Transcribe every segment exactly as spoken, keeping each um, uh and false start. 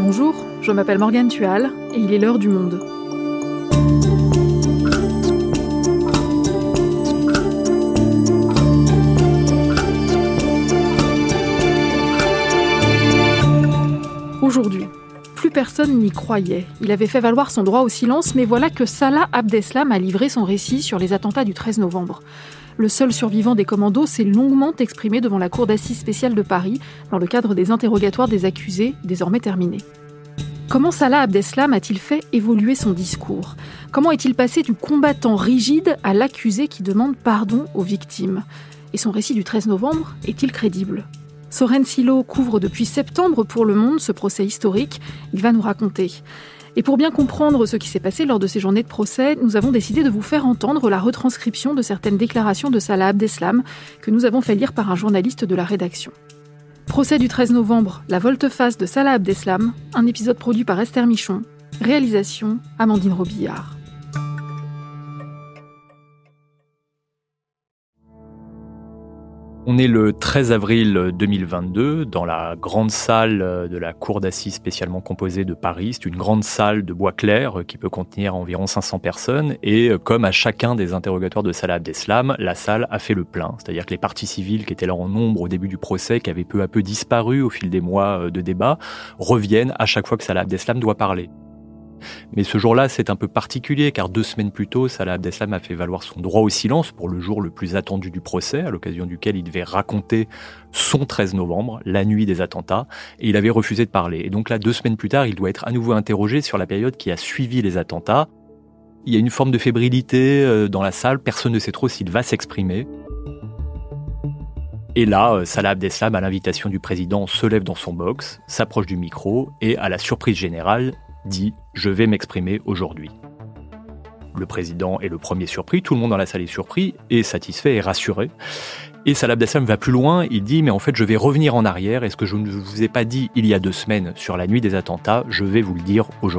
Bonjour, je m'appelle Morgane Tual et il est l'heure du monde. Aujourd'hui, plus personne n'y croyait. Il avait fait valoir son droit au silence, mais voilà que Salah Abdeslam a livré son récit sur les attentats du treize novembre. Le seul survivant des commandos s'est longuement exprimé devant la cour d'assises spéciale de Paris dans le cadre des interrogatoires des accusés, désormais terminés. Comment Salah Abdeslam a-t-il fait évoluer son discours ? Comment est-il passé du combattant rigide à l'accusé qui demande pardon aux victimes ? Et son récit du treize novembre est-il crédible ? Soren Silo couvre depuis septembre pour Le Monde ce procès historique. Il va nous raconter. Et pour bien comprendre ce qui s'est passé lors de ces journées de procès, nous avons décidé de vous faire entendre la retranscription de certaines déclarations de Salah Abdeslam que nous avons fait lire par un journaliste de la rédaction. Procès du treize novembre, la volte-face de Salah Abdeslam, un épisode produit par Esther Michon, réalisation Amandine Robillard. On est le treize avril deux mille vingt-deux dans la grande salle de la cour d'assises spécialement composée de Paris. C'est une grande salle de bois clair qui peut contenir environ cinq cents personnes. Et comme à chacun des interrogatoires de Salah Abdeslam, la salle a fait le plein. C'est-à-dire que les parties civiles qui étaient là en nombre au début du procès, qui avaient peu à peu disparu au fil des mois de débat, reviennent à chaque fois que Salah Abdeslam doit parler. Mais ce jour-là, c'est un peu particulier, car deux semaines plus tôt, Salah Abdeslam a fait valoir son droit au silence pour le jour le plus attendu du procès, à l'occasion duquel il devait raconter son treize novembre, la nuit des attentats, et il avait refusé de parler. Et donc là, deux semaines plus tard, il doit être à nouveau interrogé sur la période qui a suivi les attentats. Il y a une forme de fébrilité dans la salle, personne ne sait trop s'il va s'exprimer. Et là, Salah Abdeslam, à l'invitation du président, se lève dans son box, s'approche du micro, et à la surprise générale, dit « Je vais m'exprimer aujourd'hui ». Le président est le premier surpris, tout le monde dans la salle est surpris et satisfait et rassuré. Et Salah Abdeslam va plus loin, il dit « Mais en fait, je vais revenir en arrière et ce que je ne vous ai pas dit il y a deux semaines sur la nuit des attentats, je vais vous le dire aujourd'hui ».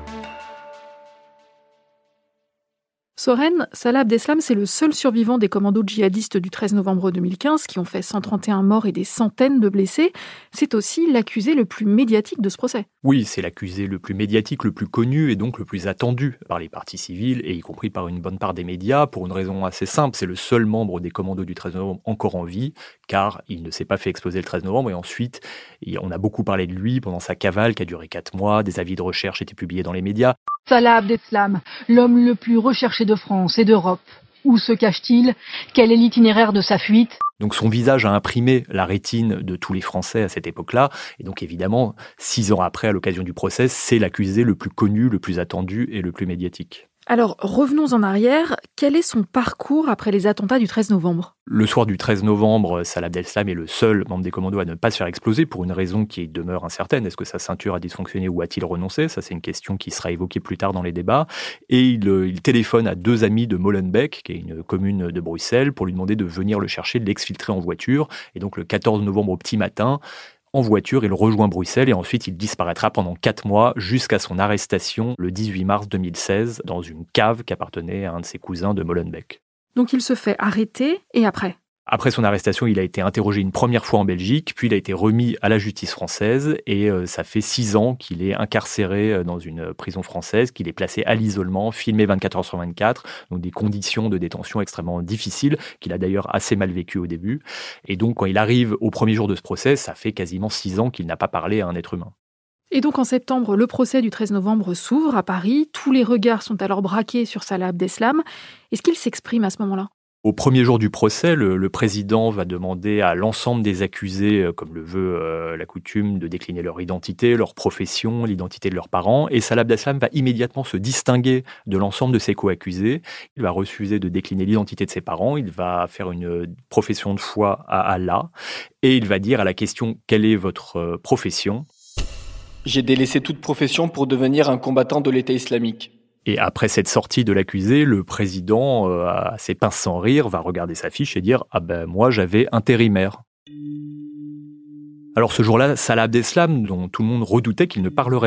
Soren, Salah Abdeslam, c'est le seul survivant des commandos djihadistes du treize novembre deux mille quinze qui ont fait cent trente et un morts et des centaines de blessés. C'est aussi l'accusé le plus médiatique de ce procès. Oui, c'est l'accusé le plus médiatique, le plus connu et donc le plus attendu par les parties civiles et y compris par une bonne part des médias pour une raison assez simple. C'est le seul membre des commandos du treize novembre encore en vie car il ne s'est pas fait exploser le treize novembre et ensuite on a beaucoup parlé de lui pendant sa cavale qui a duré quatre mois. Des avis de recherche étaient publiés dans les médias. Salah Abdeslam, l'homme le plus recherché de France et d'Europe. Où se cache-t-il ? Quel est l'itinéraire de sa fuite ? Donc son visage a imprimé la rétine de tous les Français à cette époque-là. Et donc évidemment, six ans après, à l'occasion du procès, c'est l'accusé le plus connu, le plus attendu et le plus médiatique. Alors, revenons en arrière. Quel est son parcours après les attentats du treize novembre ? Le soir du treize novembre, Salah Abdeslam est le seul membre des commandos à ne pas se faire exploser pour une raison qui demeure incertaine. Est-ce que sa ceinture a dysfonctionné ou a-t-il renoncé ? Ça, c'est une question qui sera évoquée plus tard dans les débats. Et il, il téléphone à deux amis de Molenbeek, qui est une commune de Bruxelles, pour lui demander de venir le chercher, de l'exfiltrer en voiture. Et donc, le quatorze novembre au petit matin, en voiture, il rejoint Bruxelles et ensuite il disparaîtra pendant quatre mois jusqu'à son arrestation le dix-huit mars deux mille seize dans une cave qui appartenait à un de ses cousins de Molenbeek. Donc il se fait arrêter et après ? Après son arrestation, il a été interrogé une première fois en Belgique, puis il a été remis à la justice française et euh, ça fait six ans qu'il est incarcéré dans une prison française, qu'il est placé à l'isolement, filmé vingt-quatre heures sur vingt-quatre, donc des conditions de détention extrêmement difficiles, qu'il a d'ailleurs assez mal vécu au début. Et donc quand il arrive au premier jour de ce procès, ça fait quasiment six ans qu'il n'a pas parlé à un être humain. Et donc en septembre, le procès du treize novembre s'ouvre à Paris. Tous les regards sont alors braqués sur Salah Abdeslam. Est-ce qu'il s'exprime à ce moment-là ? Au premier jour du procès, le, le président va demander à l'ensemble des accusés, comme le veut euh, la coutume, de décliner leur identité, leur profession, l'identité de leurs parents. Et Salah Abdeslam va immédiatement se distinguer de l'ensemble de ses co-accusés. Il va refuser de décliner l'identité de ses parents. Il va faire une profession de foi à Allah. Et il va dire à la question « Quelle est votre profession ?» J'ai délaissé toute profession pour devenir un combattant de l'État islamique. Et après cette sortie de l'accusé, le président, euh, à ses pinces sans rire, va regarder sa fiche et dire « Ah ben moi j'avais intérimaire ». Alors ce jour-là, Salah Abdeslam, dont tout le monde redoutait qu'il ne parlerait pas,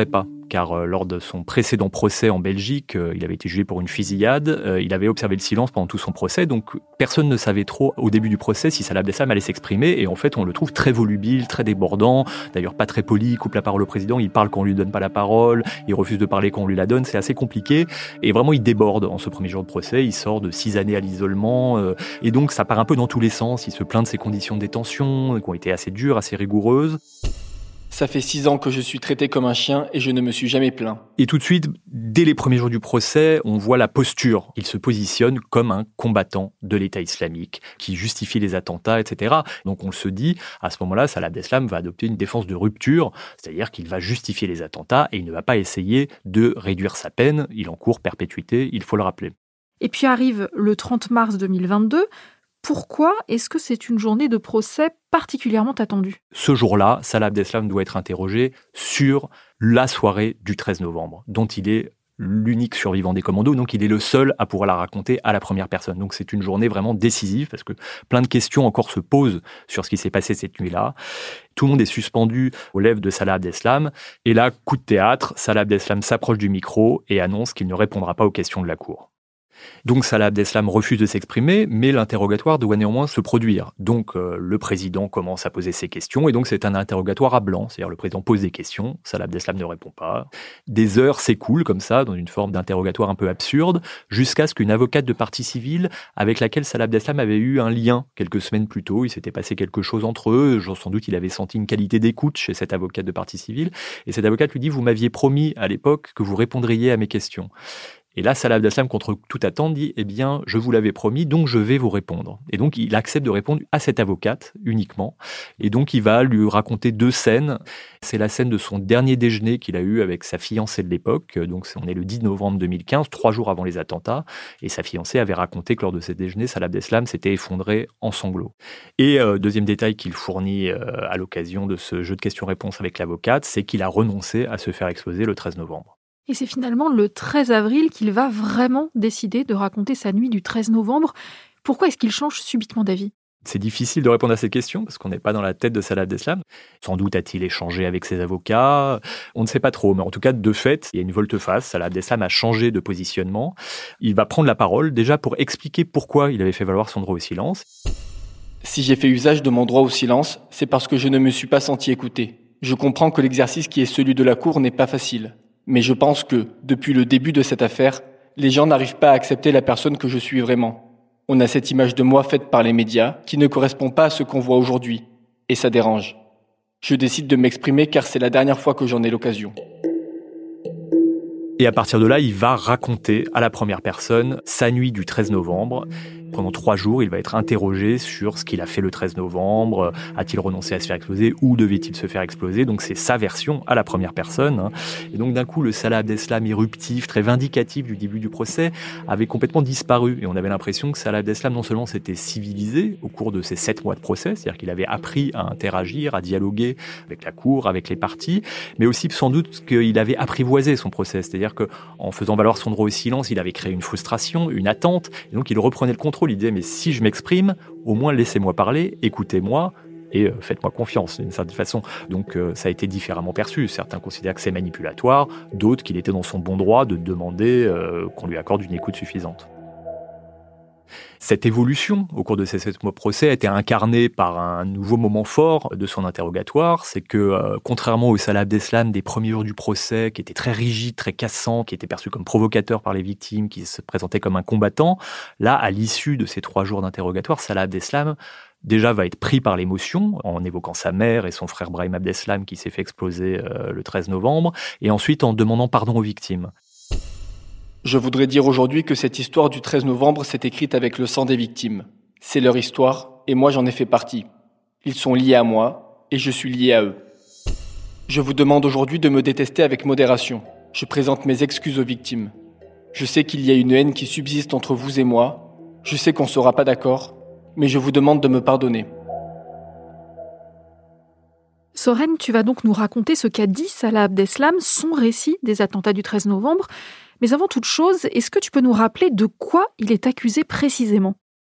car euh, lors de son précédent procès en Belgique, euh, il avait été jugé pour une fusillade. Euh, il avait observé le silence pendant tout son procès, donc personne ne savait trop au début du procès si Salah Abdeslam allait s'exprimer. Et en fait, on le trouve très volubile, très débordant, d'ailleurs pas très poli, il coupe la parole au président, il parle quand on lui donne pas la parole, il refuse de parler quand on lui la donne, c'est assez compliqué. Et vraiment, il déborde en ce premier jour de procès, il sort de six années à l'isolement, euh, et donc ça part un peu dans tous les sens. Il se plaint de ses conditions de détention, qui ont été assez dures, assez rigoureuses. Ça fait six ans que je suis traité comme un chien et je ne me suis jamais plaint. Et tout de suite, dès les premiers jours du procès, on voit la posture. Il se positionne comme un combattant de l'État islamique, qui justifie les attentats, et cetera. Donc on se dit, à ce moment-là, Salah Abdeslam va adopter une défense de rupture, c'est-à-dire qu'il va justifier les attentats et il ne va pas essayer de réduire sa peine. Il encourt perpétuité, il faut le rappeler. Et puis arrive le trente mars deux mille vingt-deux. Pourquoi est-ce que c'est une journée de procès particulièrement attendue ? Ce jour-là, Salah Abdeslam doit être interrogé sur la soirée du treize novembre, dont il est l'unique survivant des commandos, donc il est le seul à pouvoir la raconter à la première personne. Donc c'est une journée vraiment décisive, parce que plein de questions encore se posent sur ce qui s'est passé cette nuit-là. Tout le monde est suspendu aux lèvres de Salah Abdeslam, et là, coup de théâtre, Salah Abdeslam s'approche du micro et annonce qu'il ne répondra pas aux questions de la cour. Donc Salah Abdeslam refuse de s'exprimer, mais l'interrogatoire doit néanmoins se produire. Donc euh, le président commence à poser ses questions, et donc c'est un interrogatoire à blanc, c'est-à-dire le président pose des questions, Salah Abdeslam ne répond pas. Des heures s'écoulent comme ça, dans une forme d'interrogatoire un peu absurde, jusqu'à ce qu'une avocate de partie civile, avec laquelle Salah Abdeslam avait eu un lien quelques semaines plus tôt, il s'était passé quelque chose entre eux, sans doute il avait senti une qualité d'écoute chez cette avocate de partie civile, et cette avocate lui dit « Vous m'aviez promis à l'époque que vous répondriez à mes questions ». Et là, Salah Abdeslam, contre toute attente, dit « Eh bien, je vous l'avais promis, donc je vais vous répondre ». Et donc, il accepte de répondre à cette avocate uniquement. Et donc, il va lui raconter deux scènes. C'est la scène de son dernier déjeuner qu'il a eu avec sa fiancée de l'époque. Donc, on est le dix novembre deux mille quinze, trois jours avant les attentats. Et sa fiancée avait raconté que lors de ce déjeuner, Salah Abdeslam s'était effondré en sanglots. Et euh, deuxième détail qu'il fournit euh, à l'occasion de ce jeu de questions-réponses avec l'avocate, c'est qu'il a renoncé à se faire exploser le treize novembre. Et c'est finalement le treize avril qu'il va vraiment décider de raconter sa nuit du treize novembre. Pourquoi est-ce qu'il change subitement d'avis ? C'est difficile de répondre à ces questions parce qu'on n'est pas dans la tête de Salah Abdeslam. Sans doute a-t-il échangé avec ses avocats, on ne sait pas trop. Mais en tout cas, de fait, il y a une volte-face. Salah Abdeslam a changé de positionnement. Il va prendre la parole déjà pour expliquer pourquoi il avait fait valoir son droit au silence. Si j'ai fait usage de mon droit au silence, c'est parce que je ne me suis pas senti écouté. Je comprends que l'exercice qui est celui de la cour n'est pas facile. Mais je pense que, depuis le début de cette affaire, les gens n'arrivent pas à accepter la personne que je suis vraiment. On a cette image de moi faite par les médias qui ne correspond pas à ce qu'on voit aujourd'hui. Et ça dérange. Je décide de m'exprimer car c'est la dernière fois que j'en ai l'occasion. Et à partir de là, il va raconter à la première personne sa nuit du treize novembre. Pendant trois jours, il va être interrogé sur ce qu'il a fait le treize novembre. A-t-il renoncé à se faire exploser? Où devait-il se faire exploser? Donc c'est sa version à la première personne. Et donc d'un coup, le Salah Abdeslam éruptif, très vindicatif du début du procès, avait complètement disparu. Et on avait l'impression que Salah Abdeslam non seulement s'était civilisé au cours de ces sept mois de procès, c'est-à-dire qu'il avait appris à interagir, à dialoguer avec la cour, avec les parties, mais aussi sans doute qu'il avait apprivoisé son procès. C'est-à-dire qu'en faisant valoir son droit au silence, il avait créé une frustration, une attente, et donc il reprenait le contrôle. Il disait, mais si je m'exprime, au moins laissez-moi parler, écoutez-moi et euh, faites-moi confiance d'une certaine façon. Donc euh, ça a été différemment perçu. Certains considèrent que c'est manipulatoire, d'autres qu'il était dans son bon droit de demander euh, qu'on lui accorde une écoute suffisante. Cette évolution au cours de ces sept mois de procès a été incarnée par un nouveau moment fort de son interrogatoire. C'est que, euh, contrairement au Salah Abdeslam des premiers jours du procès, qui était très rigide, très cassant, qui était perçu comme provocateur par les victimes, qui se présentait comme un combattant, là, à l'issue de ces trois jours d'interrogatoire, Salah Abdeslam déjà va être pris par l'émotion en évoquant sa mère et son frère Brahim Abdeslam qui s'est fait exploser euh, le treize novembre, et ensuite en demandant pardon aux victimes. Je voudrais dire aujourd'hui que cette histoire du treize novembre s'est écrite avec le sang des victimes. C'est leur histoire, et moi j'en ai fait partie. Ils sont liés à moi, et je suis lié à eux. Je vous demande aujourd'hui de me détester avec modération. Je présente mes excuses aux victimes. Je sais qu'il y a une haine qui subsiste entre vous et moi. Je sais qu'on ne sera pas d'accord, mais je vous demande de me pardonner. Soren, tu vas donc nous raconter ce qu'a dit Salah Abdeslam, son récit des attentats du treize novembre. Mais avant toute chose, est-ce que tu peux nous rappeler de quoi il est accusé précisément ?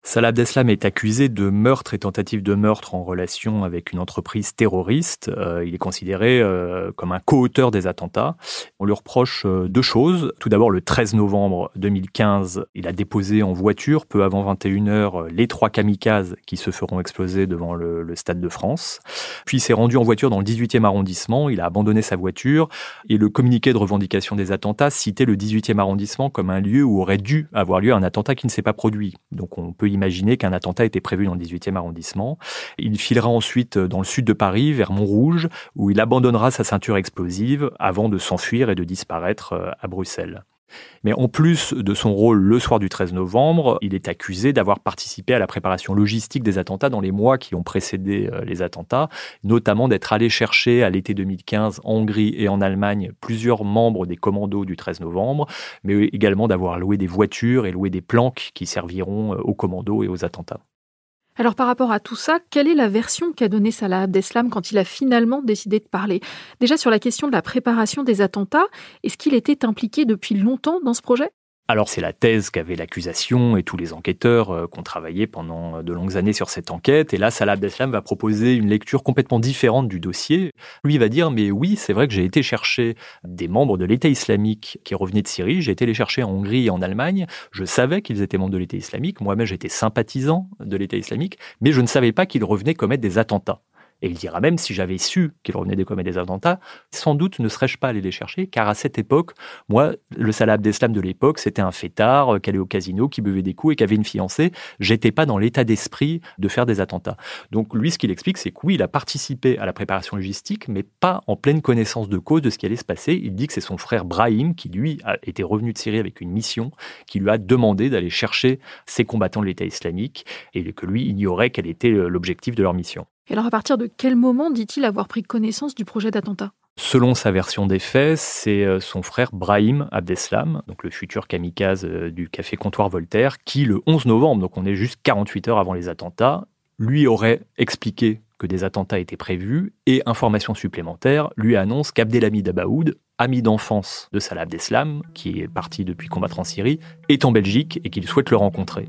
Salah Abdeslam est accusé de meurtre et tentative de meurtre en relation avec une entreprise terroriste. Euh, il est considéré euh, comme un co-auteur des attentats. On lui reproche euh, deux choses. Tout d'abord, le treize novembre deux mille quinze, il a déposé en voiture, peu avant vingt et une heures, les trois kamikazes qui se feront exploser devant le, le Stade de France. Puis il s'est rendu en voiture dans le dix-huitième arrondissement. Il a abandonné sa voiture et le communiqué de revendication des attentats citait le dix-huitième arrondissement comme un lieu où aurait dû avoir lieu un attentat qui ne s'est pas produit. Donc on peut imaginer qu'un attentat était prévu dans le dix-huitième arrondissement. Il filera ensuite dans le sud de Paris, vers Montrouge, où il abandonnera sa ceinture explosive avant de s'enfuir et de disparaître à Bruxelles. Mais en plus de son rôle le soir du treize novembre, il est accusé d'avoir participé à la préparation logistique des attentats dans les mois qui ont précédé les attentats, notamment d'être allé chercher à l'été deux mille quinze en Hongrie et en Allemagne plusieurs membres des commandos du treize novembre, mais également d'avoir loué des voitures et loué des planques qui serviront aux commandos et aux attentats. Alors par rapport à tout ça, quelle est la version qu'a donnée Salah Abdeslam quand il a finalement décidé de parler ? Déjà sur la question de la préparation des attentats, est-ce qu'il était impliqué depuis longtemps dans ce projet ? Alors c'est la thèse qu'avait l'accusation et tous les enquêteurs euh, qui ont travaillé pendant de longues années sur cette enquête. Et là, Salah Abdeslam va proposer une lecture complètement différente du dossier. Lui, il va dire, mais oui, c'est vrai que j'ai été chercher des membres de l'État islamique qui revenaient de Syrie. J'ai été les chercher en Hongrie et en Allemagne. Je savais qu'ils étaient membres de l'État islamique. Moi-même, j'étais sympathisant de l'État islamique, mais je ne savais pas qu'ils revenaient commettre des attentats. Et il dira même, si j'avais su qu'ils revenaient de commettre des attentats, sans doute ne serais-je pas allé les chercher, car à cette époque, moi, le Salah Abdeslam de l'époque, c'était un fêtard qui allait au casino, qui buvait des coups et qui avait une fiancée. J'étais pas dans l'état d'esprit de faire des attentats. Donc lui, ce qu'il explique, c'est que oui, il a participé à la préparation logistique, mais pas en pleine connaissance de cause de ce qui allait se passer. Il dit que c'est son frère Brahim, qui lui a été revenu de Syrie avec une mission, qui lui a demandé d'aller chercher ces combattants de l'État islamique, et que lui ignorait quel était l'objectif de leur mission. Et alors à partir de quel moment dit-il avoir pris connaissance du projet d'attentat ? Selon sa version des faits, c'est son frère Brahim Abdeslam, donc le futur kamikaze du café Comptoir Voltaire, qui le onze novembre, donc on est juste quarante-huit heures avant les attentats, lui aurait expliqué que des attentats étaient prévus et, information supplémentaire, lui annonce qu'Abdelhamid Abaoud, ami d'enfance de Salah Abdeslam, qui est parti depuis combattre en Syrie, est en Belgique et qu'il souhaite le rencontrer.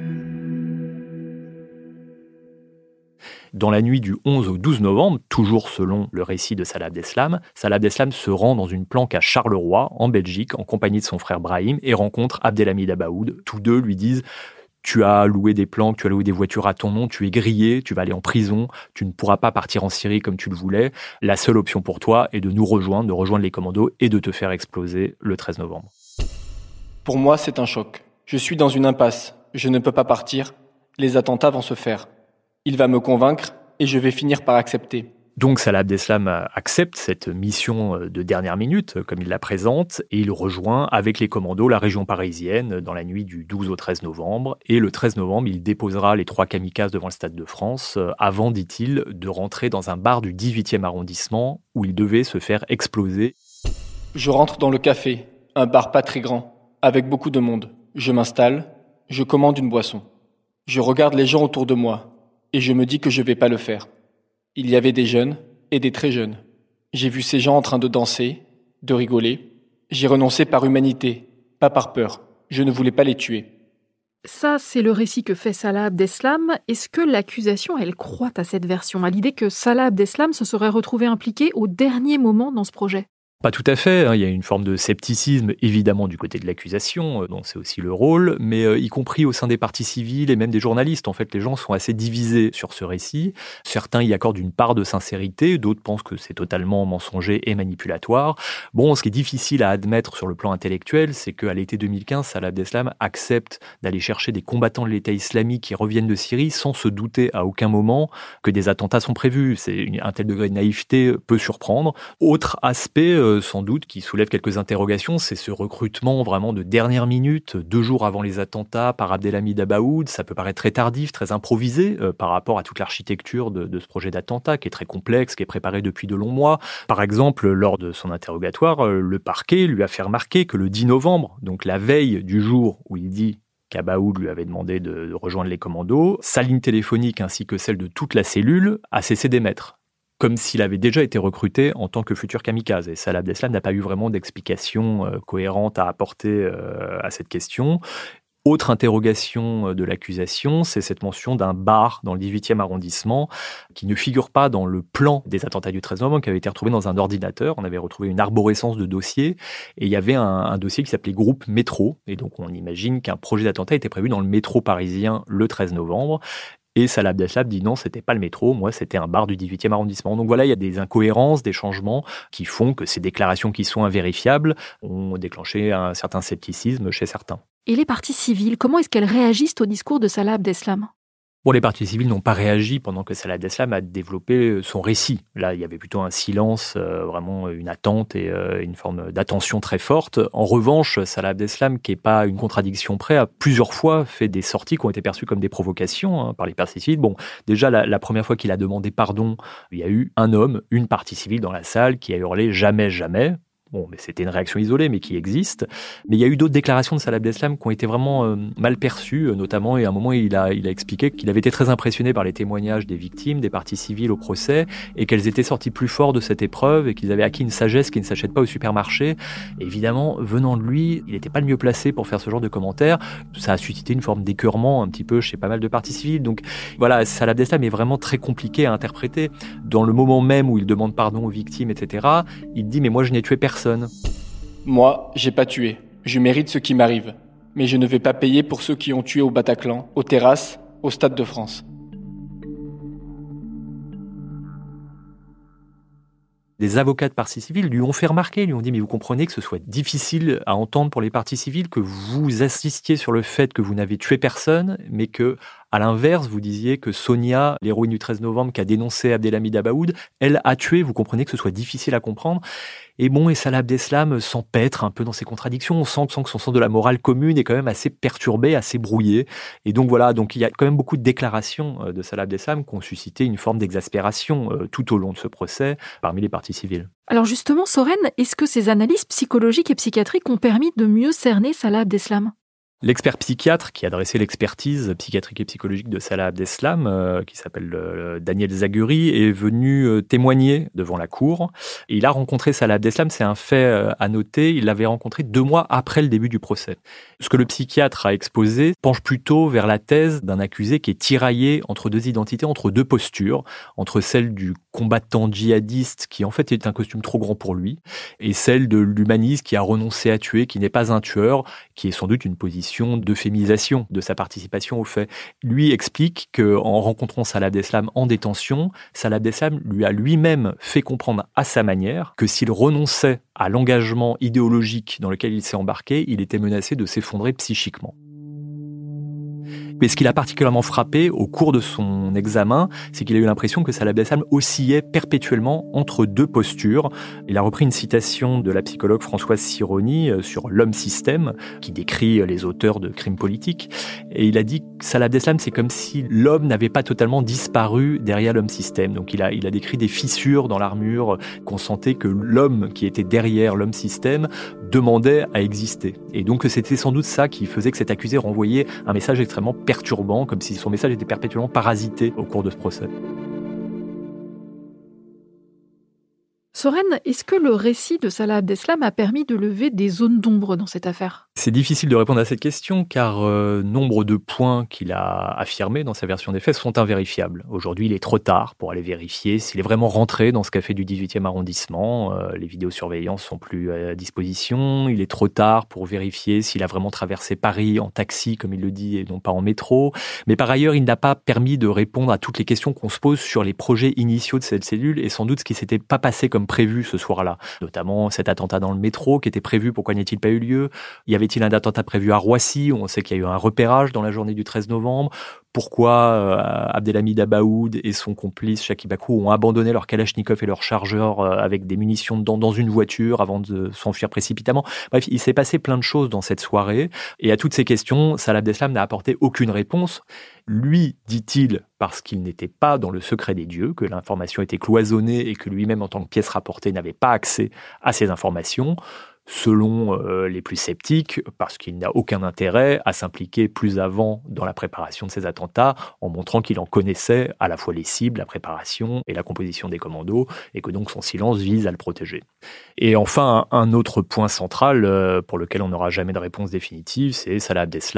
Dans la nuit du onze au douze novembre, toujours selon le récit de Salah Abdeslam, Salah Abdeslam se rend dans une planque à Charleroi, en Belgique, en compagnie de son frère Brahim, et rencontre Abdelhamid Abaoud. Tous deux lui disent « Tu as loué des planques, tu as loué des voitures à ton nom, tu es grillé, tu vas aller en prison, tu ne pourras pas partir en Syrie comme tu le voulais. La seule option pour toi est de nous rejoindre, de rejoindre les commandos et de te faire exploser le treize novembre. » Pour moi, c'est un choc. Je suis dans une impasse. Je ne peux pas partir. Les attentats vont se faire. Il va me convaincre et je vais finir par accepter. Donc Salah Abdeslam accepte cette mission de dernière minute, comme il la présente, et il rejoint avec les commandos la région parisienne dans la nuit du douze au treize novembre. Et le treize novembre, il déposera les trois kamikazes devant le Stade de France, avant, dit-il, de rentrer dans un bar du dix-huitième arrondissement où il devait se faire exploser. Je rentre dans le café, un bar pas très grand, avec beaucoup de monde. Je m'installe, je commande une boisson. Je regarde les gens autour de moi. Et je me dis que je vais pas le faire. Il y avait des jeunes et des très jeunes. J'ai vu ces gens en train de danser, de rigoler. J'ai renoncé par humanité, pas par peur. Je ne voulais pas les tuer. Ça, c'est le récit que fait Salah Abdeslam. Est-ce que l'accusation, elle croit à cette version, à l'idée que Salah Abdeslam se serait retrouvé impliqué au dernier moment dans ce projet ? Pas tout à fait, hein. Il y a une forme de scepticisme, évidemment, du côté de l'accusation, euh, dont c'est aussi le rôle, mais euh, y compris au sein des parties civiles et même des journalistes. En fait, les gens sont assez divisés sur ce récit. Certains y accordent une part de sincérité, d'autres pensent que c'est totalement mensonger et manipulatoire. Bon, ce qui est difficile à admettre sur le plan intellectuel, c'est qu'à l'été deux mille quinze, Salah Abdeslam accepte d'aller chercher des combattants de l'État islamique qui reviennent de Syrie sans se douter à aucun moment que des attentats sont prévus. C'est une, un tel degré de naïveté peut surprendre. Autre aspect, euh, sans doute, qui soulève quelques interrogations, c'est ce recrutement vraiment de dernière minute, deux jours avant les attentats, par Abdelhamid Abaoud. Ça peut paraître très tardif, très improvisé euh, par rapport à toute l'architecture de, de ce projet d'attentat, qui est très complexe, qui est préparé depuis de longs mois. Par exemple, lors de son interrogatoire, euh, le parquet lui a fait remarquer que le dix novembre, donc la veille du jour où il dit qu'Abaoud lui avait demandé de, de rejoindre les commandos, sa ligne téléphonique ainsi que celle de toute la cellule a cessé d'émettre, comme s'il avait déjà été recruté en tant que futur kamikaze. Et Salah Abdeslam n'a pas eu vraiment d'explication euh, cohérente à apporter euh, à cette question. Autre interrogation de l'accusation, c'est cette mention d'un bar dans le dix-huitième arrondissement qui ne figure pas dans le plan des attentats du treize novembre, qui avait été retrouvé dans un ordinateur. On avait retrouvé une arborescence de dossiers et il y avait un, un dossier qui s'appelait Groupe Métro. Et donc on imagine qu'un projet d'attentat était prévu dans le métro parisien le treize novembre. Et Salah Abdeslam dit non, c'était pas le métro, moi c'était un bar du dix-huitième arrondissement. Donc voilà, il y a des incohérences, des changements qui font que ces déclarations qui sont invérifiables ont déclenché un certain scepticisme chez certains. Et les parties civiles, comment est-ce qu'elles réagissent au discours de Salah Abdeslam ? Bon, les parties civiles n'ont pas réagi pendant que Salah Abdeslam a développé son récit. Là, il y avait plutôt un silence, euh, vraiment une attente et euh, une forme d'attention très forte. En revanche, Salah Abdeslam, qui n'est pas une contradiction près, a plusieurs fois fait des sorties qui ont été perçues comme des provocations hein, par les parties civiles. Bon, déjà, la, la première fois qu'il a demandé pardon, il y a eu un homme, une partie civile dans la salle qui a hurlé « jamais, jamais ». Bon, mais c'était une réaction isolée, mais qui existe. Mais il y a eu d'autres déclarations de Salah Abdeslam qui ont été vraiment euh, mal perçues, euh, notamment, et à un moment, il a, il a expliqué qu'il avait été très impressionné par les témoignages des victimes, des parties civiles au procès, et qu'elles étaient sorties plus fortes de cette épreuve, et qu'ils avaient acquis une sagesse qui ne s'achète pas au supermarché. Et évidemment, venant de lui, il n'était pas le mieux placé pour faire ce genre de commentaires. Ça a suscité une forme d'écœurement un petit peu chez pas mal de parties civiles. Donc voilà, Salah Abdeslam est vraiment très compliqué à interpréter. Dans le moment même où il demande pardon aux victimes, et cetera, il dit « mais moi, je n'ai tué personne ». Moi, j'ai pas tué. Je mérite ce qui m'arrive. Mais je ne vais pas payer pour ceux qui ont tué au Bataclan, aux terrasses, au Stade de France. Des avocats de parties civiles lui ont fait remarquer, lui ont dit « mais vous comprenez que ce soit difficile à entendre pour les parties civiles, que vous insistiez sur le fait que vous n'avez tué personne, mais que, à l'inverse, vous disiez que Sonia, l'héroïne du treize novembre, qui a dénoncé Abdelhamid Abaoud, elle a tué, vous comprenez que ce soit difficile à comprendre ». Et bon, et Salah Abdeslam s'empêtre un peu dans ses contradictions. On sent, sent que son sens de la morale commune est quand même assez perturbé, assez brouillé. Et donc voilà, donc il y a quand même beaucoup de déclarations de Salah Abdeslam qui ont suscité une forme d'exaspération tout au long de ce procès parmi les parties civiles. Alors justement, Soren, est-ce que ces analyses psychologiques et psychiatriques ont permis de mieux cerner Salah Abdeslam ? L'expert psychiatre qui a dressé l'expertise psychiatrique et psychologique de Salah Abdeslam, euh, qui s'appelle euh, Daniel Zaguri, est venu euh, témoigner devant la cour. Et il a rencontré Salah Abdeslam, c'est un fait euh, à noter, il l'avait rencontré deux mois après le début du procès. Ce que le psychiatre a exposé penche plutôt vers la thèse d'un accusé qui est tiraillé entre deux identités, entre deux postures, entre celle du combattant djihadiste qui en fait est un costume trop grand pour lui, et celle de l'humaniste qui a renoncé à tuer, qui n'est pas un tueur, qui est sans doute une position d'euphémisation de sa participation au fait. Lui explique qu'en rencontrant Salah Abdeslam en détention, Salah Abdeslam lui a lui-même fait comprendre à sa manière que s'il renonçait à l'engagement idéologique dans lequel il s'est embarqué, il était menacé de s'effondrer psychiquement. Mais ce qui l'a particulièrement frappé au cours de son examen, c'est qu'il a eu l'impression que Salah Abdeslam oscillait perpétuellement entre deux postures. Il a repris une citation de la psychologue Françoise Sironi sur l'homme-système, qui décrit les auteurs de crimes politiques. Et il a dit que Salah Abdeslam, c'est comme si l'homme n'avait pas totalement disparu derrière l'homme-système. Donc il a, il a décrit des fissures dans l'armure, qu'on sentait que l'homme qui était derrière l'homme-système demandait à exister. Et donc c'était sans doute ça qui faisait que cet accusé renvoyait un message extrêmement perturbant, comme si son message était perpétuellement parasité au cours de ce procès. Soren, est-ce que le récit de Salah Abdeslam a permis de lever des zones d'ombre dans cette affaire ? C'est difficile de répondre à cette question car euh, nombre de points qu'il a affirmés dans sa version des faits sont invérifiables. Aujourd'hui, il est trop tard pour aller vérifier s'il est vraiment rentré dans ce café du dix-huitième arrondissement. Euh, les vidéosurveillances sont plus à disposition. Il est trop tard pour vérifier s'il a vraiment traversé Paris en taxi, comme il le dit, et non pas en métro. Mais par ailleurs, il n'a pas permis de répondre à toutes les questions qu'on se pose sur les projets initiaux de cette cellule et sans doute ce qui s'était pas passé comme prévu ce soir-là. Notamment cet attentat dans le métro qui était prévu, pourquoi n'a-t-il pas eu lieu ? Y avait-il un attentat prévu à Roissy, où on sait qu'il y a eu un repérage dans la journée du treize novembre ? Pourquoi euh, Abdelhamid Abaoud et son complice Shakib Bakou ont abandonné leur kalachnikov et leur chargeur euh, avec des munitions dedans dans une voiture avant de s'enfuir précipitamment. Bref, il s'est passé plein de choses dans cette soirée. Et à toutes ces questions, Salah Abdeslam n'a apporté aucune réponse. Lui, dit-il, parce qu'il n'était pas dans le secret des dieux, que l'information était cloisonnée et que lui-même, en tant que pièce rapportée, n'avait pas accès à ces informations. Selon euh, les plus sceptiques, parce qu'il n'a aucun intérêt à s'impliquer plus avant dans la préparation de ces attentats, en montrant qu'il en connaissait à la fois les cibles, la préparation et la composition des commandos, et que donc son silence vise à le protéger. Et enfin, un autre point central euh, pour lequel on n'aura jamais de réponse définitive, c'est Salah Abdeslam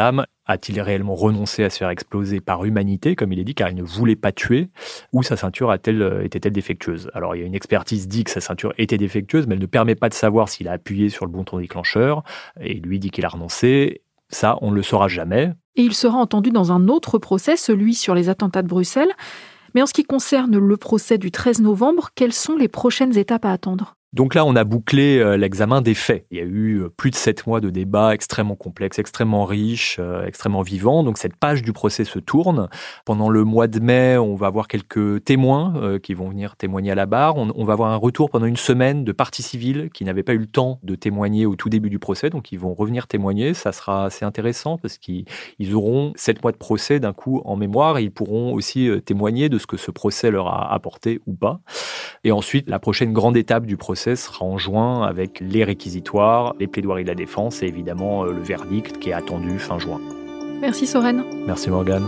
A-t-il réellement renoncé à se faire exploser par humanité, comme il est dit, car il ne voulait pas tuer, ou sa ceinture a-t-elle, était-elle défectueuse? Alors, il y a une expertise dit que sa ceinture était défectueuse, mais elle ne permet pas de savoir s'il a appuyé sur le bouton déclencheur, et lui dit qu'il a renoncé. Ça, on ne le saura jamais. Et il sera entendu dans un autre procès, celui sur les attentats de Bruxelles. Mais en ce qui concerne le procès du treize novembre, quelles sont les prochaines étapes à attendre ? Donc là, on a bouclé euh, l'examen des faits. Il y a eu euh, plus de sept mois de débats extrêmement complexes, extrêmement riches, euh, extrêmement vivants. Donc cette page du procès se tourne. Pendant le mois de mai, on va avoir quelques témoins euh, qui vont venir témoigner à la barre. On, on va avoir un retour pendant une semaine de parties civiles qui n'avaient pas eu le temps de témoigner au tout début du procès. Donc ils vont revenir témoigner. Ça sera assez intéressant parce qu'ils ils auront sept mois de procès d'un coup en mémoire et ils pourront aussi euh, témoigner de ce que ce procès leur a apporté ou pas. Et ensuite, la prochaine grande étape du procès sera en juin avec les réquisitoires, les plaidoiries de la défense et évidemment le verdict qui est attendu fin juin. Merci Soren. Merci Morgane.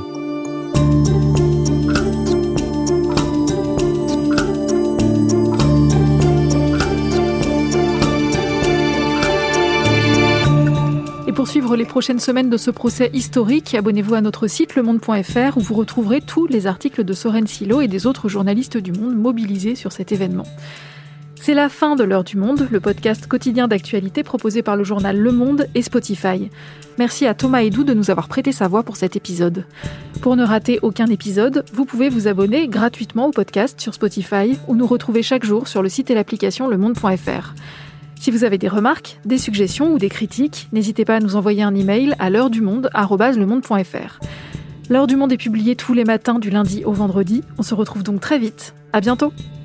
Et pour suivre les prochaines semaines de ce procès historique, abonnez-vous à notre site le monde point f r où vous retrouverez tous les articles de Soren Silo et des autres journalistes du Monde mobilisés sur cet événement. C'est la fin de l'heure du Monde, le podcast quotidien d'actualité proposé par le journal Le Monde et Spotify. Merci à Thomas Edoux de nous avoir prêté sa voix pour cet épisode. Pour ne rater aucun épisode, vous pouvez vous abonner gratuitement au podcast sur Spotify ou nous retrouver chaque jour sur le site et l'application le monde point f r. Si vous avez des remarques, des suggestions ou des critiques, n'hésitez pas à nous envoyer un email à l'heure du monde arobase le monde point f r. L'heure du Monde est publiée tous les matins du lundi au vendredi. On se retrouve donc très vite. À bientôt.